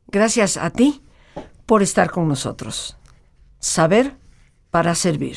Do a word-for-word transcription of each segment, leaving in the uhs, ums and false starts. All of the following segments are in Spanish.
Gracias a ti por estar con nosotros. Saber para servir.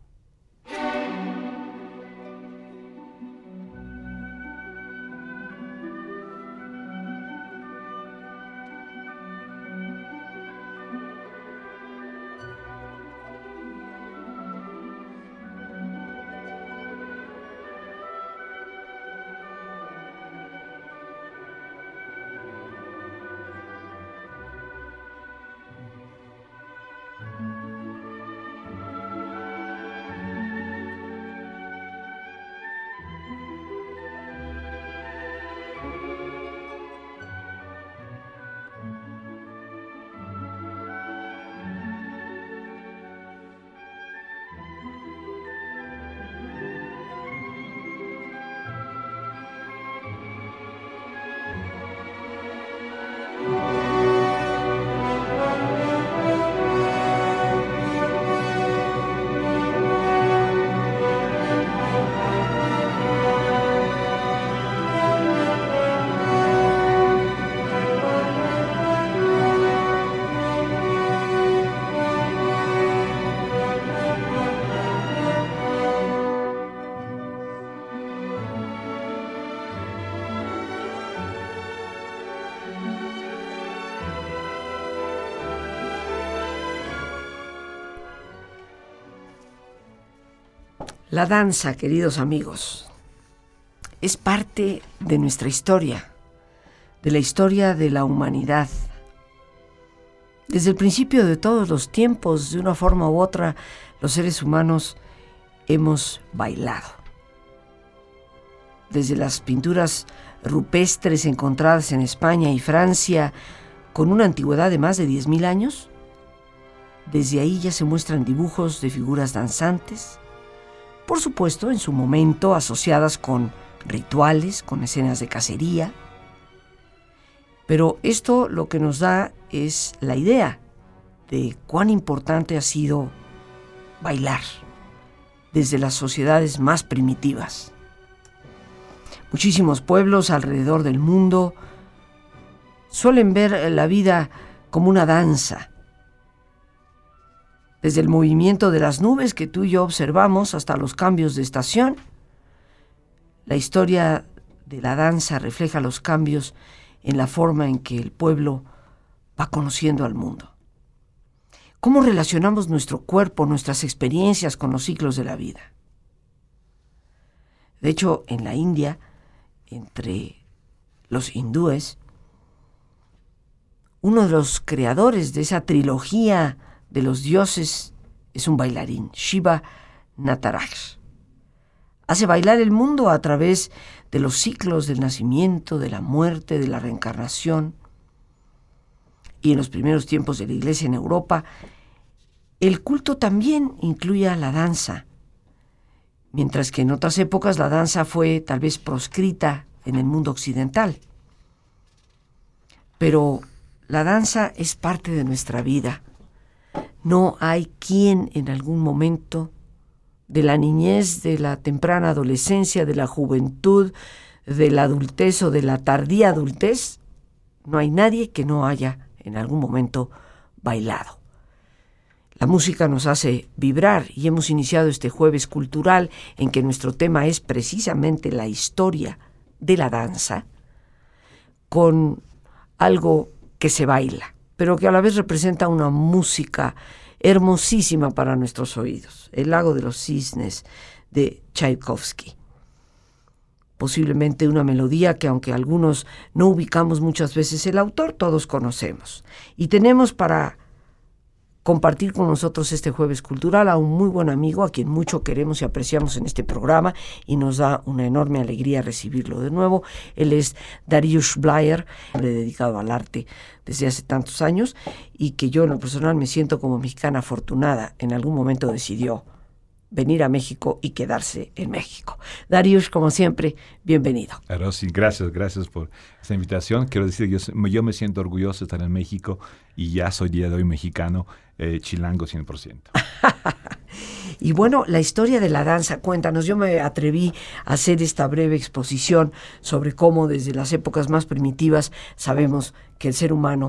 La danza, queridos amigos, es parte de nuestra historia, de la historia de la humanidad. Desde el principio de todos los tiempos, de una forma u otra, los seres humanos hemos bailado. Desde las pinturas rupestres encontradas en España y Francia, con una antigüedad de más de diez mil años, desde ahí ya se muestran dibujos de figuras danzantes, por supuesto, en su momento asociadas con rituales, con escenas de cacería. Pero esto lo que nos da es la idea de cuán importante ha sido bailar desde las sociedades más primitivas. Muchísimos pueblos alrededor del mundo suelen ver la vida como una danza. Desde el movimiento de las nubes que tú y yo observamos hasta los cambios de estación, la historia de la danza refleja los cambios en la forma en que el pueblo va conociendo al mundo. ¿Cómo relacionamos nuestro cuerpo, nuestras experiencias con los ciclos de la vida? De hecho, en la India, entre los hindúes, uno de los creadores de esa trilogía de los dioses es un bailarín, Shiva Nataraj. Hace bailar el mundo a través de los ciclos del nacimiento, de la muerte, de la reencarnación. Y en los primeros tiempos de la Iglesia en Europa, el culto también incluía la danza, mientras que en otras épocas la danza fue tal vez proscrita en el mundo occidental. Pero la danza es parte de nuestra vida. No hay quien en algún momento de la niñez, de la temprana adolescencia, de la juventud, de la adultez o de la tardía adultez, no hay nadie que no haya en algún momento bailado. La música nos hace vibrar y hemos iniciado este jueves cultural en que nuestro tema es precisamente la historia de la danza con algo que se baila, pero que a la vez representa una música hermosísima para nuestros oídos, El lago de los cisnes de Tchaikovsky. Posiblemente una melodía que, aunque algunos no ubicamos muchas veces el autor, todos conocemos. Y tenemos para compartir con nosotros este jueves cultural a un muy buen amigo, a quien mucho queremos y apreciamos en este programa, y nos da una enorme alegría recibirlo de nuevo. Él es Dariusz Bleier, hombre dedicado al arte desde hace tantos años, y que yo en lo personal me siento como mexicana afortunada. En algún momento decidió venir a México y quedarse en México. Dariusz, como siempre, bienvenido. Rosy, gracias, gracias por esta invitación. Quiero decir que yo, yo me siento orgulloso de estar en México y ya soy día de hoy mexicano, eh, chilango cien por ciento. Y bueno, la historia de la danza, cuéntanos. Yo me atreví a hacer esta breve exposición sobre cómo desde las épocas más primitivas sabemos que el ser humano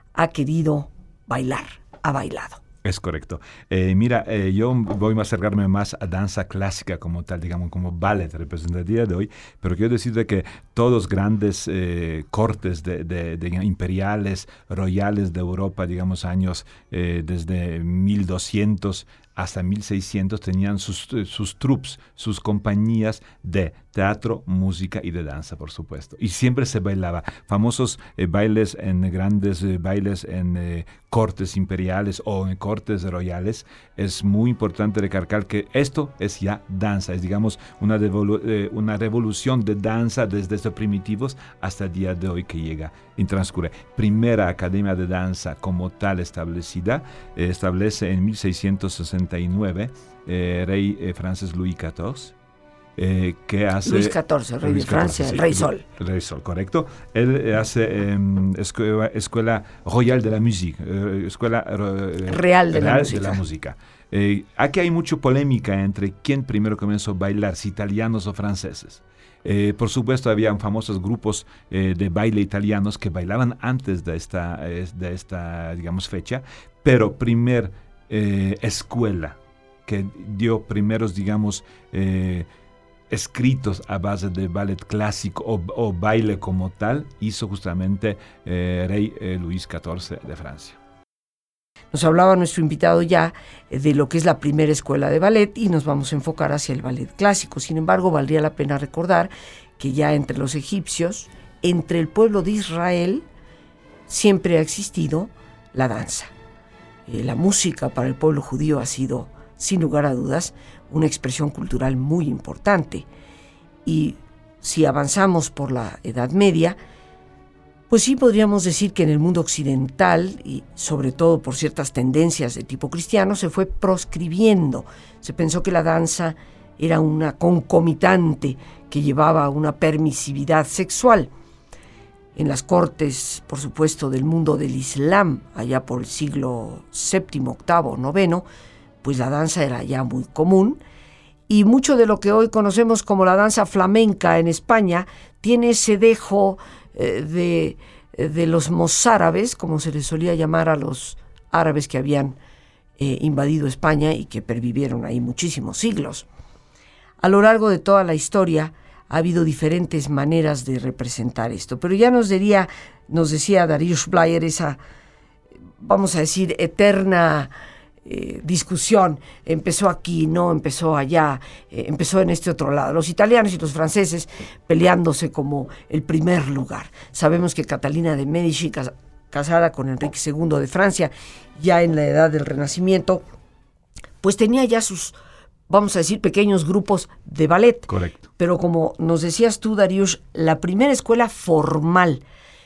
ha querido bailar, ha bailado. Es correcto. Eh, mira, eh, yo voy a acercarme más a danza clásica como tal, digamos, como ballet representativa de hoy, pero quiero decirte que todos grandes eh, cortes de, de, de imperiales, royales de Europa, digamos, años eh, desde mil doscientos hasta mil seiscientos tenían sus, sus troupes, sus compañías de teatro, música y de danza, por supuesto. Y siempre se bailaba. Famosos eh, bailes en grandes eh, bailes en eh, cortes imperiales o en cortes royales. Es muy importante recalcar que esto es ya danza. Es, digamos, una, devolu- eh, una revolución de danza desde estos primitivos hasta el día de hoy que llega y transcurre. Primera academia de danza como tal establecida, eh, establece en mil seiscientos sesenta y nueve eh, rey eh, francés Luis catorce. Eh, que hace Luis catorce, rey Luis de Francia, catorce, el sí, rey Sol. El rey Sol, correcto. Él hace eh, escuela, escuela Royal de la Musique, eh, escuela eh, Real de Real la música. De la música. Eh, aquí hay mucha polémica entre quién primero comenzó a bailar, si italianos o franceses. Eh, por supuesto, habían famosos grupos eh, de baile italianos que bailaban antes de esta, eh, de esta digamos, fecha, pero primer eh, escuela que dio primeros, digamos, eh, escritos a base de ballet clásico o, o baile como tal, hizo justamente eh, rey eh, Luis catorce de Francia. Nos hablaba nuestro invitado ya de lo que es la primera escuela de ballet y nos vamos a enfocar hacia el ballet clásico. Sin embargo, valdría la pena recordar que ya entre los egipcios, entre el pueblo de Israel, siempre ha existido la danza. Eh, la música para el pueblo judío ha sido, sin lugar a dudas, una expresión cultural muy importante. Y si avanzamos por la Edad Media, pues sí podríamos decir que en el mundo occidental, y sobre todo por ciertas tendencias de tipo cristiano, se fue proscribiendo. Se pensó que la danza era una concomitante que llevaba a una permisividad sexual. En las cortes, por supuesto, del mundo del Islam, allá por el siglo séptimo, octavo, noveno, pues la danza era ya muy común, y mucho de lo que hoy conocemos como la danza flamenca en España tiene ese dejo eh, de, de los mozárabes, como se les solía llamar a los árabes que habían eh, invadido España y que pervivieron ahí muchísimos siglos. A lo largo de toda la historia ha habido diferentes maneras de representar esto, pero ya nos diría, nos decía Dariusz Bleier, esa, vamos a decir, eterna Eh, discusión, empezó aquí, no empezó allá, eh, empezó en este otro lado, los italianos y los franceses peleándose como el primer lugar. Sabemos que Catalina de Medici, cas- casada con Enrique segundo de Francia, ya en la edad del Renacimiento, pues tenía ya sus, vamos a decir, pequeños grupos de ballet. Correcto. Pero como nos decías tú, Dariusz, la primera escuela formal,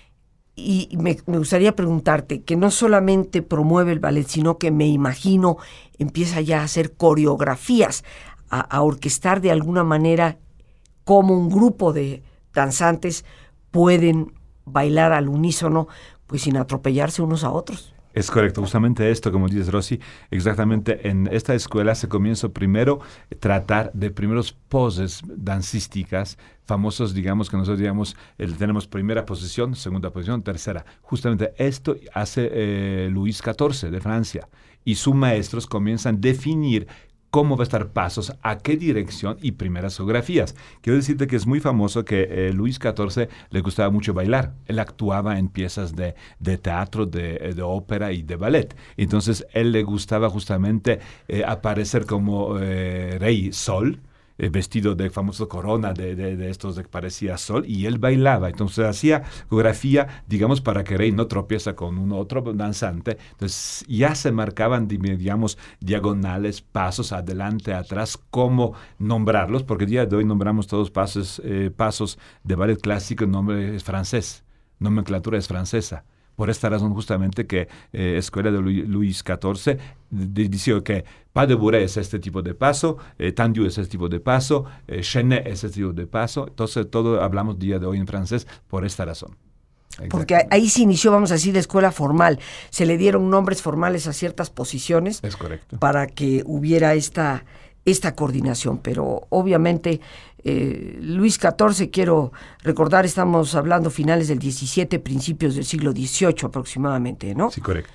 y me, me gustaría preguntarte, que no solamente promueve el ballet, sino que me imagino empieza ya a hacer coreografías, a, a orquestar de alguna manera cómo un grupo de danzantes pueden bailar al unísono, pues sin atropellarse unos a otros. Es correcto, justamente esto, como dices, Rosy, exactamente en esta escuela se comienza primero a tratar de primeros poses dancísticas, famosos, digamos, que nosotros digamos, el, tenemos primera posición, segunda posición, tercera. Justamente esto hace eh, Luis catorce de Francia, y sus maestros comienzan a definir cómo va a estar pasos, a qué dirección y primeras coreografías. Quiero decirte que es muy famoso que eh, Luis catorce le gustaba mucho bailar. Él actuaba en piezas de, de teatro, de, de ópera y de ballet. Entonces, él le gustaba justamente eh, aparecer como eh, rey Sol, eh, vestido de famoso corona de, de, de estos que parecía sol, y él bailaba. Entonces hacía coreografía, digamos, para que Rey no tropieza con un otro danzante. Entonces ya se marcaban, digamos, diagonales, pasos adelante, atrás, cómo nombrarlos, porque el día de hoy nombramos todos pasos, eh, pasos de ballet clásico, el nombre es francés, nomenclatura es francesa. Por esta razón justamente que eh, Escuela de Luis catorce dice que Pas de Bourrée es este tipo de paso, eh, Tendu es este tipo de paso, eh, Chenet es este tipo de paso. Entonces todo hablamos día de hoy en francés por esta razón. Porque ahí se inició, vamos a decir, la escuela formal. Se le dieron nombres formales a ciertas posiciones. Es correcto. Para que hubiera esta, esta coordinación, pero obviamente eh, Luis catorce, quiero recordar, estamos hablando finales del diecisiete, principios del siglo dieciocho aproximadamente, ¿no? Sí, correcto.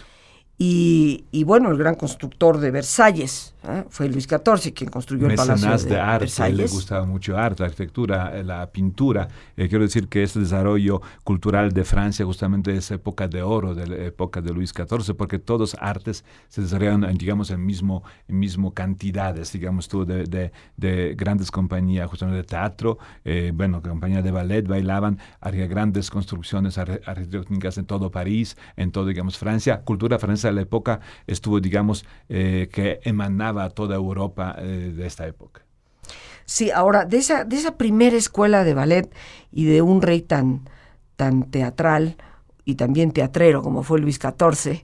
Y, y bueno, el gran constructor de Versalles, ¿eh? Fue Luis catorce quien construyó el Mecenas Palacio de, de arte, Versalles. le gustaba mucho arte, la arquitectura, la pintura. Eh, quiero decir que este desarrollo cultural de Francia justamente es época de oro, de la época de Luis catorce, porque todos artes se desarrollan, digamos, en mismo, en mismo cantidades, digamos tú, de, de, de grandes compañías, justamente de teatro, eh, bueno, compañías de ballet, bailaban, había grandes construcciones ar- arquitectónicas en todo París, en todo, digamos, Francia. Cultura francesa de la época estuvo, digamos, eh, que emanaba a toda Europa eh, de esta época. Sí, ahora, de esa, de esa primera escuela de ballet y de un rey tan, tan teatral y también teatrero como fue Luis catorce,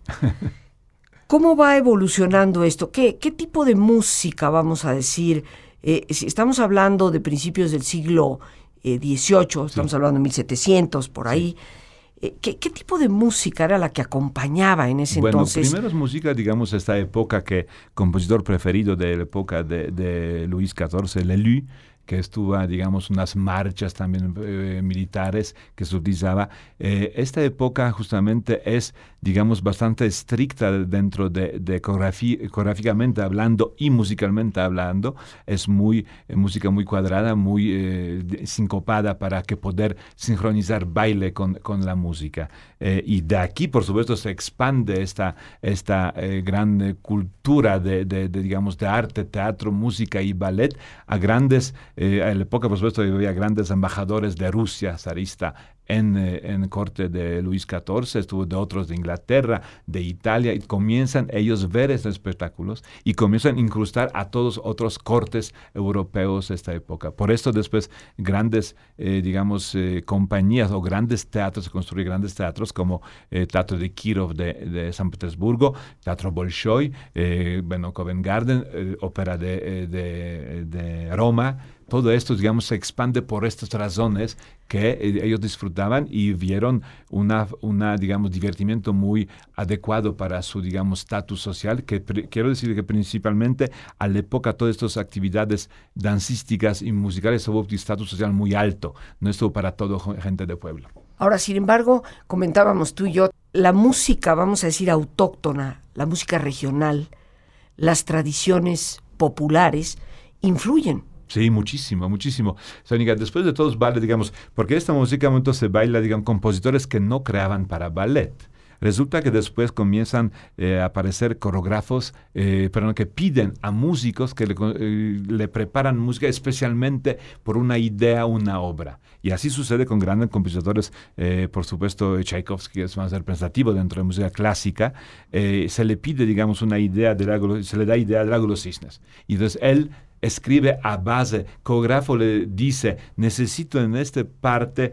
¿cómo va evolucionando esto? ¿Qué, qué tipo de música, vamos a decir? Eh, si estamos hablando de principios del siglo eh, dieciocho, estamos sí. hablando de mil setecientos, por ahí. Sí. ¿Qué, ¿Qué tipo de música era la que acompañaba en ese bueno, entonces? Bueno, primero es música, digamos, esta época que compositor preferido de la época de, de Luis catorce, Lellouche, que estuvo, digamos, unas marchas también eh, militares que se utilizaba. Eh, esta época justamente es, digamos, bastante estricta dentro de, de coreografía, coreográficamente hablando y musicalmente hablando. Es muy, eh, música muy cuadrada, muy eh, sincopada para que poder sincronizar baile con, con la música. Eh, y de aquí, por supuesto, se expande esta, esta eh, gran cultura de, de, de, digamos, de arte, teatro, música y ballet a grandes... Eh, en la época, por supuesto, había grandes embajadores de Rusia zarista en, eh, en corte de Luis catorce, estuvo de otros de Inglaterra, de Italia, y comienzan ellos a ver estos espectáculos y comienzan a incrustar a todos otros cortes europeos de esta época. Por esto después grandes, eh, digamos, eh, compañías o grandes teatros, se construyen grandes teatros como el eh, Teatro de Kirov de, de San Petersburgo, Teatro Bolshoi, eh, bueno, Covent Garden, eh, Ópera de, de, de Roma. Todo esto, digamos, se expande por estas razones que eh, ellos disfrutaban y vieron una, una, digamos, divertimiento muy adecuado para su, digamos, estatus social, que pr- quiero decir que principalmente a la época todas estas actividades dancísticas y musicales hubo un estatus social muy alto, no estuvo para toda gente de pueblo. Ahora, sin embargo, comentábamos tú y yo, la música, vamos a decir, autóctona, la música regional, las tradiciones populares, influyen. Sí, muchísimo, muchísimo. Sónica, después de todos ballet, digamos, porque esta música momento se baila, digamos, compositores que no creaban para ballet. Resulta que después comienzan eh, a aparecer coreógrafos, eh, perdón, que piden a músicos que le, eh, le preparan música especialmente por una idea, una obra. Y así sucede con grandes compositores, eh, por supuesto, Tchaikovsky es más representativo dentro de música clásica. Eh, se le pide, digamos, una idea, de Lago, se le da idea de Lago de los Cisnes. Y entonces él escribe a base, coreógrafo le dice, necesito en esta parte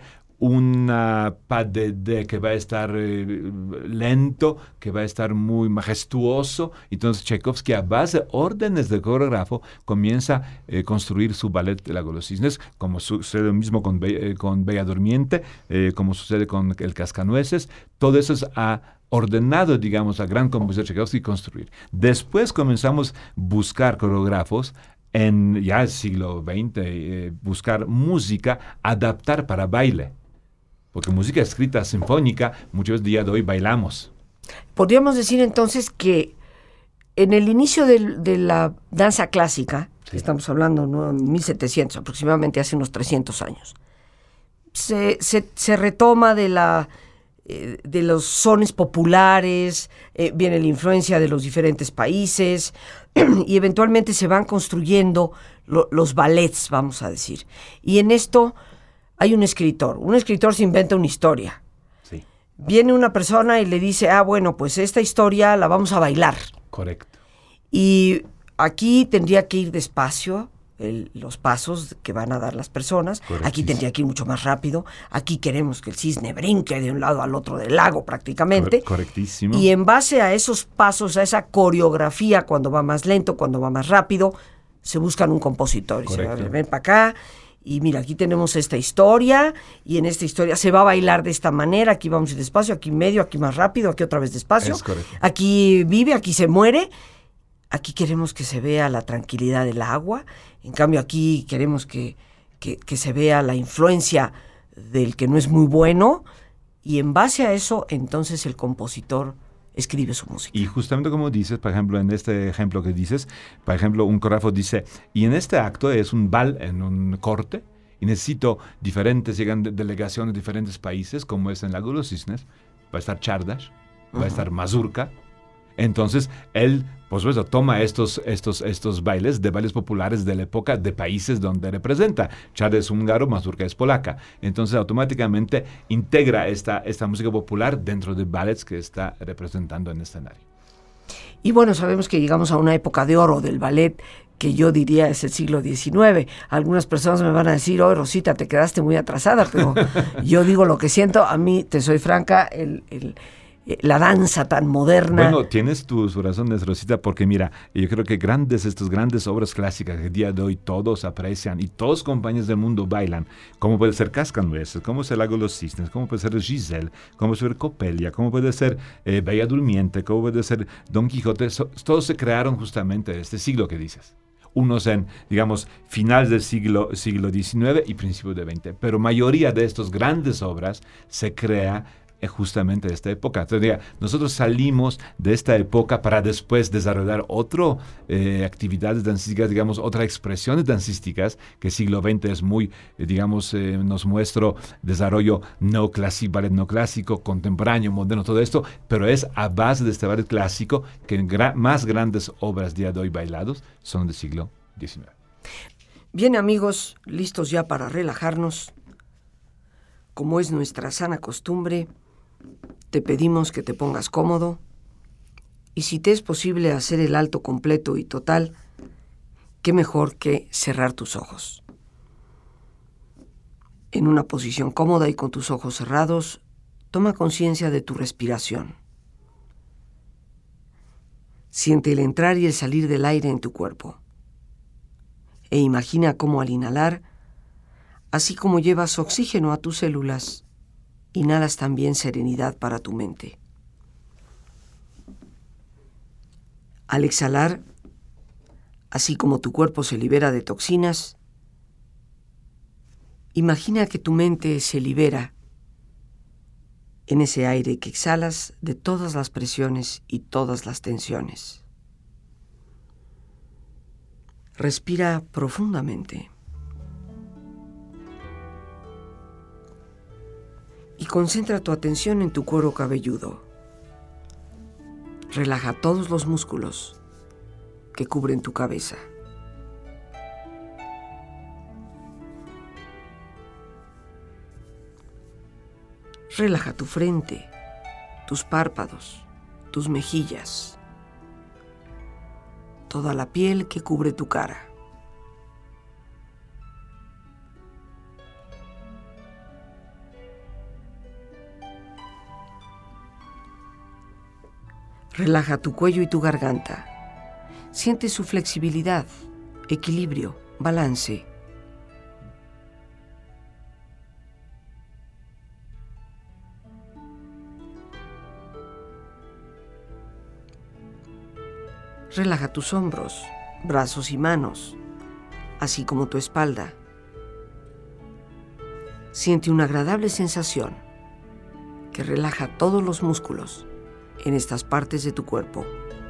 una pas de deux que va a estar eh, lento, que va a estar muy majestuoso. Entonces Tchaikovsky, a base de órdenes del coreógrafo, comienza a eh, construir su ballet de Lago de los Cisnes, como sucede lo mismo con, Be- eh, con Bella Durmiente, eh, como sucede con El Cascanueces. Todo eso es a ordenado, digamos, a gran compositor Tchaikovsky construir. Después comenzamos a buscar coreógrafos en ya el siglo veinte, eh, buscar música, adaptar para baile. Porque música escrita sinfónica, muchos días de hoy bailamos. Podríamos decir entonces que en el inicio de, de la danza clásica, sí. Estamos hablando ¿no? en mil setecientos, aproximadamente hace unos trescientos años, se, se, se retoma de, la, eh, de los sones populares, eh, viene la influencia de los diferentes países y eventualmente se van construyendo lo, los ballets, vamos a decir. Y en esto hay un escritor, un escritor se inventa una historia. Sí. Viene una persona y le dice, ah, bueno, pues esta historia la vamos a bailar. Correcto. Y aquí tendría que ir despacio el, los pasos que van a dar las personas. Aquí tendría que ir mucho más rápido. Aquí queremos que el cisne brinque de un lado al otro del lago prácticamente. Correctísimo. Y en base a esos pasos, a esa coreografía, cuando va más lento, cuando va más rápido, se buscan un compositor. Y se va, ven para acá. Y mira, aquí tenemos esta historia, y en esta historia se va a bailar de esta manera, aquí vamos a ir despacio, aquí medio, aquí más rápido, aquí otra vez despacio, aquí vive, aquí se muere, Aquí queremos que se vea la tranquilidad del agua, en cambio aquí queremos que, que, que se vea la influencia del que no es muy bueno, y en base a eso, entonces el compositor escribe su música. Y justamente como dices, por ejemplo, en este ejemplo que dices, por ejemplo, un coreógrafo dice, y en este acto es un bal en un corte, y necesito diferentes, llegan de delegaciones de diferentes países, como es en Lago de los Cisnes, va a estar Chardash, va uh-huh. a estar Mazurka. Entonces, él, por supuesto, toma estos, estos, estos bailes de bailes populares de la época de países donde representa. Chardash es húngaro, Mazurka es polaca. Entonces, automáticamente integra esta, esta música popular dentro de ballets que está representando en el escenario. Y bueno, sabemos que llegamos a una época de oro del ballet, que yo diría es el siglo diecinueve. Algunas personas me van a decir, oh, Rosita, te quedaste muy atrasada, pero yo digo lo que siento. A mí, te soy franca, el... el la danza tan moderna. Bueno, tienes tus razones, Rosita, porque mira, yo creo que grandes, estas grandes obras clásicas que el día de hoy todos aprecian y todos compañías del mundo bailan, como puede ser Cascanueces, como puede ser Lago de los Cisnes, como puede ser Giselle, como puede ser Coppelia, como puede ser eh, Bella Durmiente, como puede ser Don Quijote, so, todos se crearon justamente en este siglo que dices. Unos en, digamos, finales del siglo, siglo diecinueve y principios del veinte, pero mayoría de estas grandes obras se crea justamente de esta época. Entonces, nosotros salimos de esta época para después desarrollar otras eh, actividades dancísticas, digamos, otras expresiones dancísticas, que el siglo veinte es muy, eh, digamos, eh, nos muestra desarrollo neoclásico, ballet neoclásico, contemporáneo, moderno, todo esto, pero es a base de este ballet clásico que gra- más grandes obras día de hoy bailados son del siglo diecinueve. Bien, amigos, listos ya para relajarnos. Como es nuestra sana costumbre, te pedimos que te pongas cómodo y si te es posible hacer el alto completo y total, qué mejor que cerrar tus ojos. En una posición cómoda y con tus ojos cerrados, toma conciencia de tu respiración. Siente el entrar y el salir del aire en tu cuerpo e imagina cómo al inhalar, así como llevas oxígeno a tus células, inhalas también serenidad para tu mente. Al exhalar, así como tu cuerpo se libera de toxinas, imagina que tu mente se libera en ese aire que exhalas de todas las presiones y todas las tensiones. Respira profundamente. Y concentra tu atención en tu cuero cabelludo. Relaja todos los músculos que cubren tu cabeza. Relaja tu frente, tus párpados, tus mejillas, toda la piel que cubre tu cara. Relaja tu cuello y tu garganta. Siente su flexibilidad, equilibrio, balance. Relaja tus hombros, brazos y manos, así como tu espalda. Siente una agradable sensación que relaja todos los músculos en estas partes de tu cuerpo.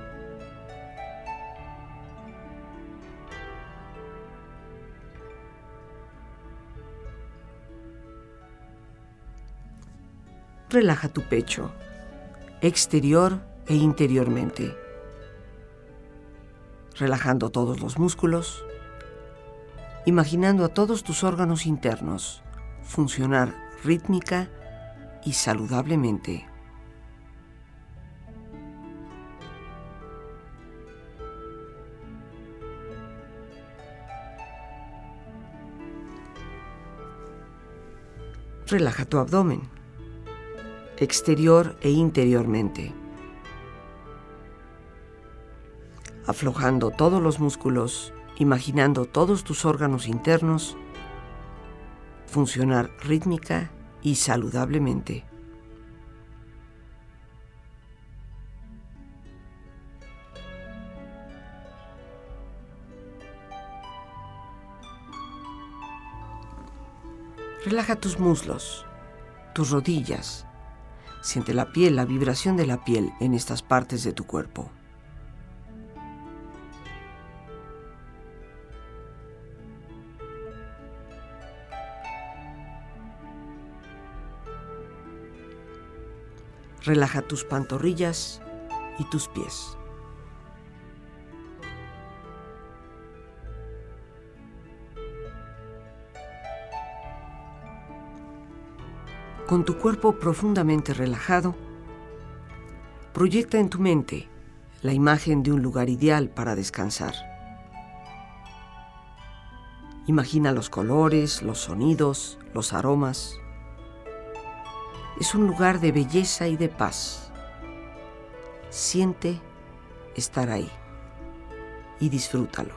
Relaja tu pecho, exterior e interiormente, relajando todos los músculos, imaginando a todos tus órganos internos funcionar rítmica y saludablemente. Relaja tu abdomen, exterior e interiormente, aflojando todos los músculos, imaginando todos tus órganos internos funcionar rítmica y saludablemente. Relaja tus muslos, tus rodillas. Siente la piel, la vibración de la piel en estas partes de tu cuerpo. Relaja tus pantorrillas y tus pies. Con tu cuerpo profundamente relajado, proyecta en tu mente la imagen de un lugar ideal para descansar. Imagina los colores, los sonidos, los aromas. Es un lugar de belleza y de paz. Siente estar ahí y disfrútalo.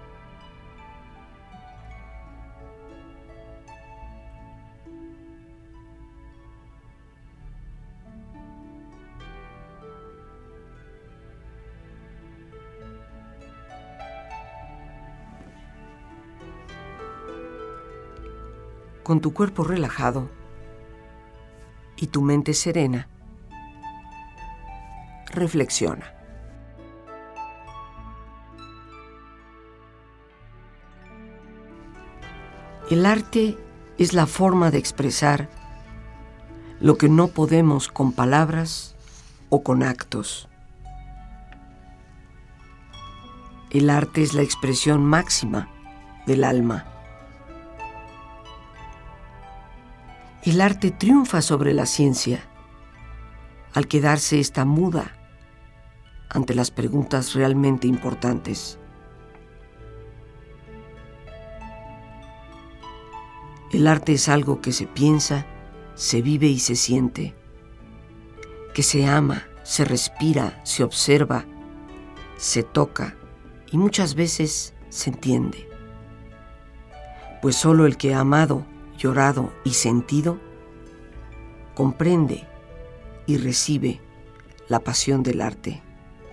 Con tu cuerpo relajado y tu mente serena, reflexiona. El arte es la forma de expresar lo que no podemos con palabras o con actos. El arte es la expresión máxima del alma. El arte triunfa sobre la ciencia al quedarse esta muda ante las preguntas realmente importantes. El arte es algo que se piensa, se vive y se siente, que se ama, se respira, se observa, se toca y muchas veces se entiende. Pues solo el que ha amado, llorado y sentido, comprende y recibe la pasión del arte.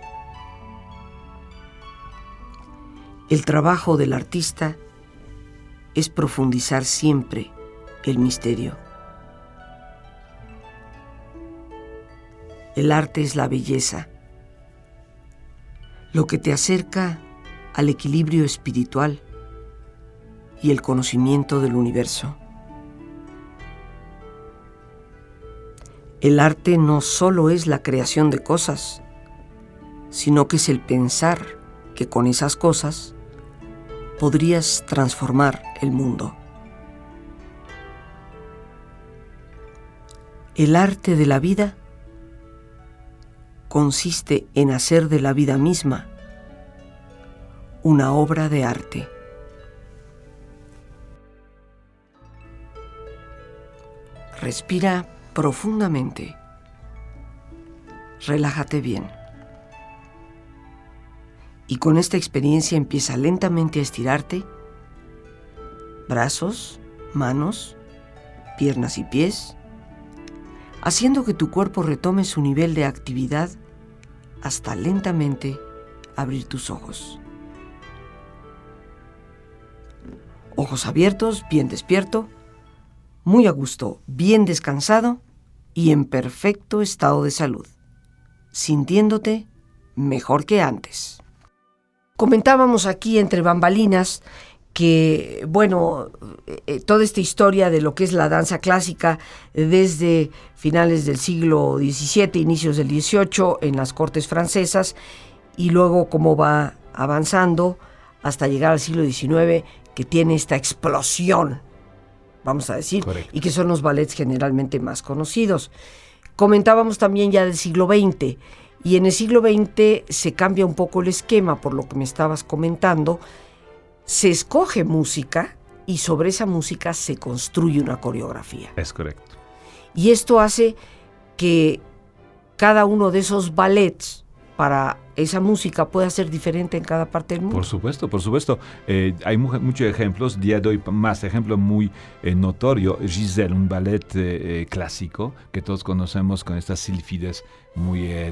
El trabajo del artista es profundizar siempre el misterio. El arte es la belleza, lo que te acerca al equilibrio espiritual y el conocimiento del universo. El arte no solo es la creación de cosas, sino que es el pensar que con esas cosas podrías transformar el mundo. El arte de la vida consiste en hacer de la vida misma una obra de arte. Respira profundamente. Relájate bien. Y con esta experiencia empieza lentamente a estirarte. Brazos, manos, piernas y pies, haciendo que tu cuerpo retome su nivel de actividad hasta lentamente abrir tus ojos. Ojos abiertos, bien despierto, muy a gusto, bien descansado y en perfecto estado de salud, sintiéndote mejor que antes. Comentábamos aquí entre bambalinas que, bueno, eh, toda esta historia de lo que es la danza clásica desde finales del siglo diecisiete, inicios del dieciocho, en las cortes francesas, y luego cómo va avanzando hasta llegar al siglo diecinueve, que tiene esta explosión, vamos a decir, correcto, y que son los ballets generalmente más conocidos. Comentábamos también ya del siglo veinte, y en el siglo veinte se cambia un poco el esquema, por lo que me estabas comentando. Se escoge música y sobre esa música se construye una coreografía. Es correcto. Y esto hace que cada uno de esos ballets para esa música pueda ser diferente en cada parte del mundo. Por supuesto, por supuesto. Eh, hay mu- muchos ejemplos. Día de hoy más ejemplo muy eh, notorio. Giselle, un ballet eh, clásico que todos conocemos con estas sílfides muy eh,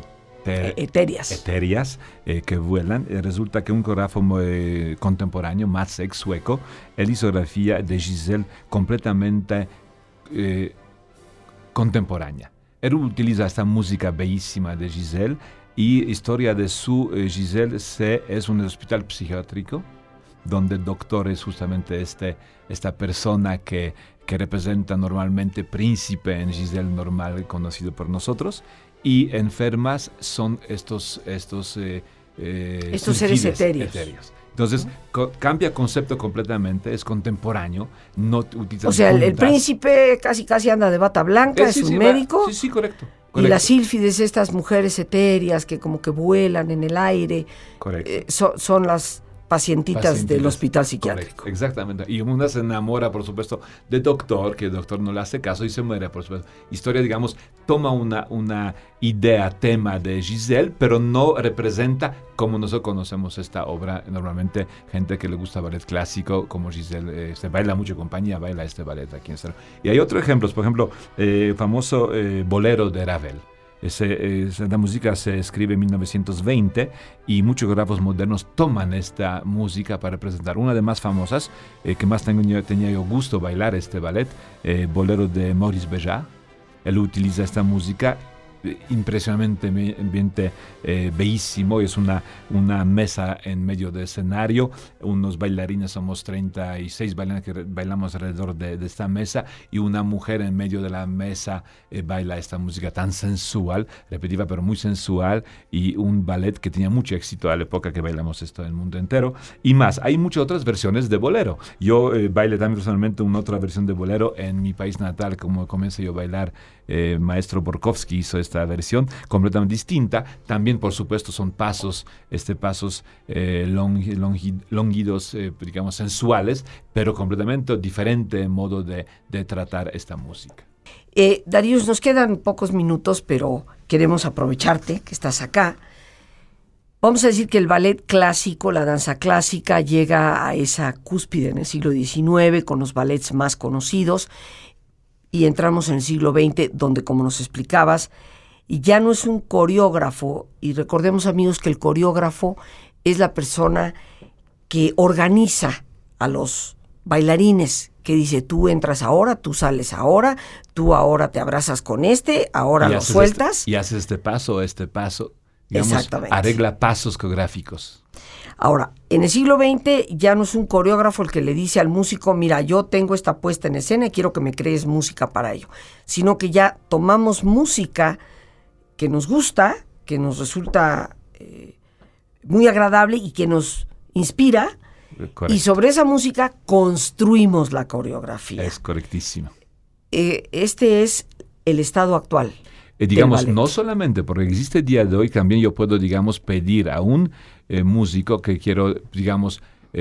eter, etéreas, etéreas eh, que vuelan. Eh, resulta que un coreógrafo eh, contemporáneo, Maciek, sueco, él hizo grafía de Giselle completamente eh, contemporánea. Él utiliza esta música bellísima de Giselle y historia de su eh, Giselle se, es un hospital psiquiátrico donde el doctor es justamente este, esta persona que, que representa normalmente príncipe en Giselle normal conocido por nosotros, y enfermas son estos, estos, eh, eh, estos seres etéreos. etéreos. Entonces, co- cambia concepto completamente, es contemporáneo, no utiliza O sea, el, el puntas. príncipe casi casi anda de bata blanca, Eh, es sí, un sí, médico. va, sí, sí, correcto. Y correcto. las sílfides, estas mujeres etéreas que como que vuelan en el aire, Correcto. eh, so- son las pacientitas, Pacientes, del hospital psiquiátrico. correcto, exactamente. Y una se enamora, por supuesto, del doctor, que el doctor no le hace caso y se muere, por supuesto. Historia, digamos, toma una, una idea, tema de Giselle, pero no representa como nosotros conocemos esta obra. Normalmente, gente que le gusta ballet clásico, como Giselle, eh, se baila mucho compañía, baila este ballet aquí en Cero. Y hay otros ejemplos, por ejemplo, el eh, famoso eh, bolero de Ravel. Ese, esa, la música se escribe en mil novecientos veinte y muchos coreógrafos modernos toman esta música para presentar. Una de más famosas, eh, que más tengo, tenía yo gusto bailar este ballet, eh, Bolero de Maurice Béjart. Él utiliza esta música eh, impresionantemente eh, bellísimo. Es una, una mesa en medio del escenario, unos bailarines, somos treinta y seis bailarines que bailamos alrededor de, de esta mesa, y una mujer en medio de la mesa eh, baila esta música tan sensual, repetitiva pero muy sensual, y un ballet que tenía mucho éxito a la época que bailamos esto en el mundo entero. Y más, hay muchas otras versiones de bolero. Yo eh, bailé también personalmente una otra versión de bolero en mi país natal, como comencé yo a bailar. Eh, maestro Borkowski hizo esta versión completamente distinta. También, por supuesto, son pasos, este pasos eh, longi, longi, longidos, eh, digamos, sensuales, pero completamente diferente modo de, de tratar esta música. Eh, Darius, nos quedan pocos minutos, pero queremos aprovecharte que estás acá. Vamos a decir que el ballet clásico, la danza clásica, llega a esa cúspide en el siglo diecinueve con los ballets más conocidos, y entramos en el siglo veinte, donde, como nos explicabas, ya no es un coreógrafo, y recordemos, amigos, que el coreógrafo es la persona que organiza a los bailarines, que dice, tú entras ahora, tú sales ahora, tú ahora te abrazas con este, ahora lo sueltas. Este, y haces este paso, este paso, digamos, Exactamente. Arregla pasos coreográficos. Ahora, en el siglo veinte ya no es un coreógrafo el que le dice al músico, mira, yo tengo esta puesta en escena y quiero que me crees música para ello, sino que ya tomamos música que nos gusta, que nos resulta eh, muy agradable y que nos inspira, correcto, y sobre esa música construimos la coreografía. Es correctísimo. Eh, este es el estado actual. Eh, digamos, no solamente porque existe el día de hoy, también yo puedo, digamos, pedir a un eh, músico que quiero, digamos,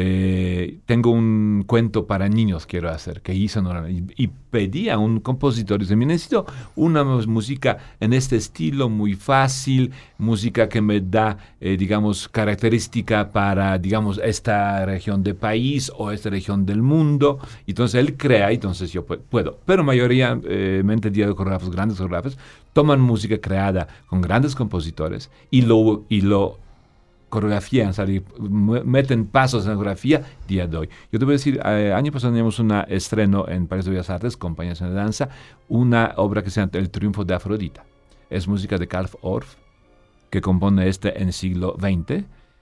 eh, tengo un cuento para niños quiero hacer, que hizo normalmente, y, y pedí a un compositor, dice, me necesito una música en este estilo muy fácil, música que me da, eh, digamos, característica para, digamos, esta región del país o esta región del mundo. Entonces él crea, entonces yo puedo. Pero mayoritariamente, eh, día de coreógrafos, grandes coreógrafos, toman música creada con grandes compositores y lo, y lo coreografían, o sea, meten pasos en la coreografía día de hoy. Yo te voy a decir, eh, año pasado teníamos un estreno en París de Bellas Artes, Compañías de Danza, una obra que se llama El Triunfo de Afrodita. Es música de Karl Orff, que compone este en el siglo veinte.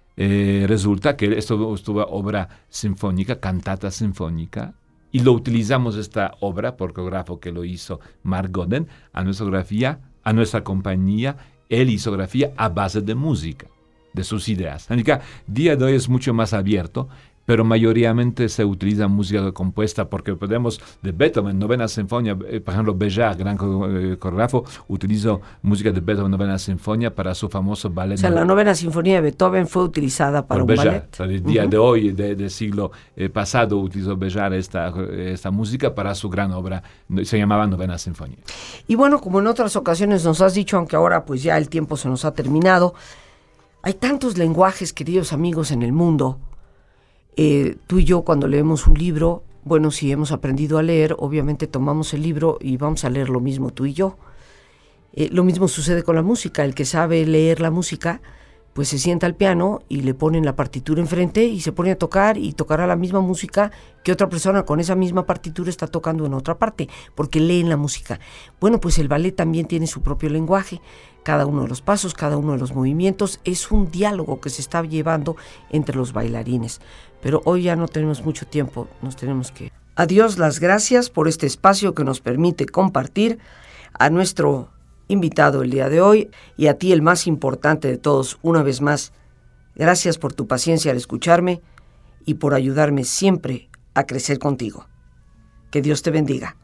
Eh, resulta que esto estuvo obra sinfónica, cantata sinfónica, y lo utilizamos esta obra por coreógrafo que lo hizo Mark Godden a nuestra grafía, a nuestra compañía. Él hizo grafía a base de música, de sus ideas. El día de hoy es mucho más abierto, pero mayoritariamente se utiliza música compuesta, porque podemos, de Beethoven, novena sinfonía, eh, por ejemplo, Béjart, gran eh, coreógrafo, utilizó música de Beethoven, novena sinfonía, para su famoso ballet. O sea, la novena sinfonía de Beethoven fue utilizada para un Béjart. ballet. O sea, el día uh-huh. de hoy, del de siglo eh, pasado, utilizó Béjart esta, esta música para su gran obra, se llamaba Novena Sinfonía. Y bueno, como en otras ocasiones nos has dicho, aunque ahora pues ya el tiempo se nos ha terminado, hay tantos lenguajes, queridos amigos, en el mundo. Eh, tú y yo, cuando leemos un libro, bueno, si hemos aprendido a leer, obviamente tomamos el libro y vamos a leer lo mismo tú y yo. Eh, lo mismo sucede con la música. El que sabe leer la música, pues se sienta al piano y le ponen la partitura enfrente y se pone a tocar y tocará la misma música que otra persona con esa misma partitura está tocando en otra parte, porque leen la música. Bueno, pues el ballet también tiene su propio lenguaje. Cada uno de los pasos, cada uno de los movimientos es un diálogo que se está llevando entre los bailarines. Pero hoy ya no tenemos mucho tiempo, nos tenemos que... A Dios las gracias por este espacio que nos permite compartir, a nuestro invitado el día de hoy y a ti, el más importante de todos, una vez más, gracias por tu paciencia al escucharme y por ayudarme siempre a crecer contigo. Que Dios te bendiga.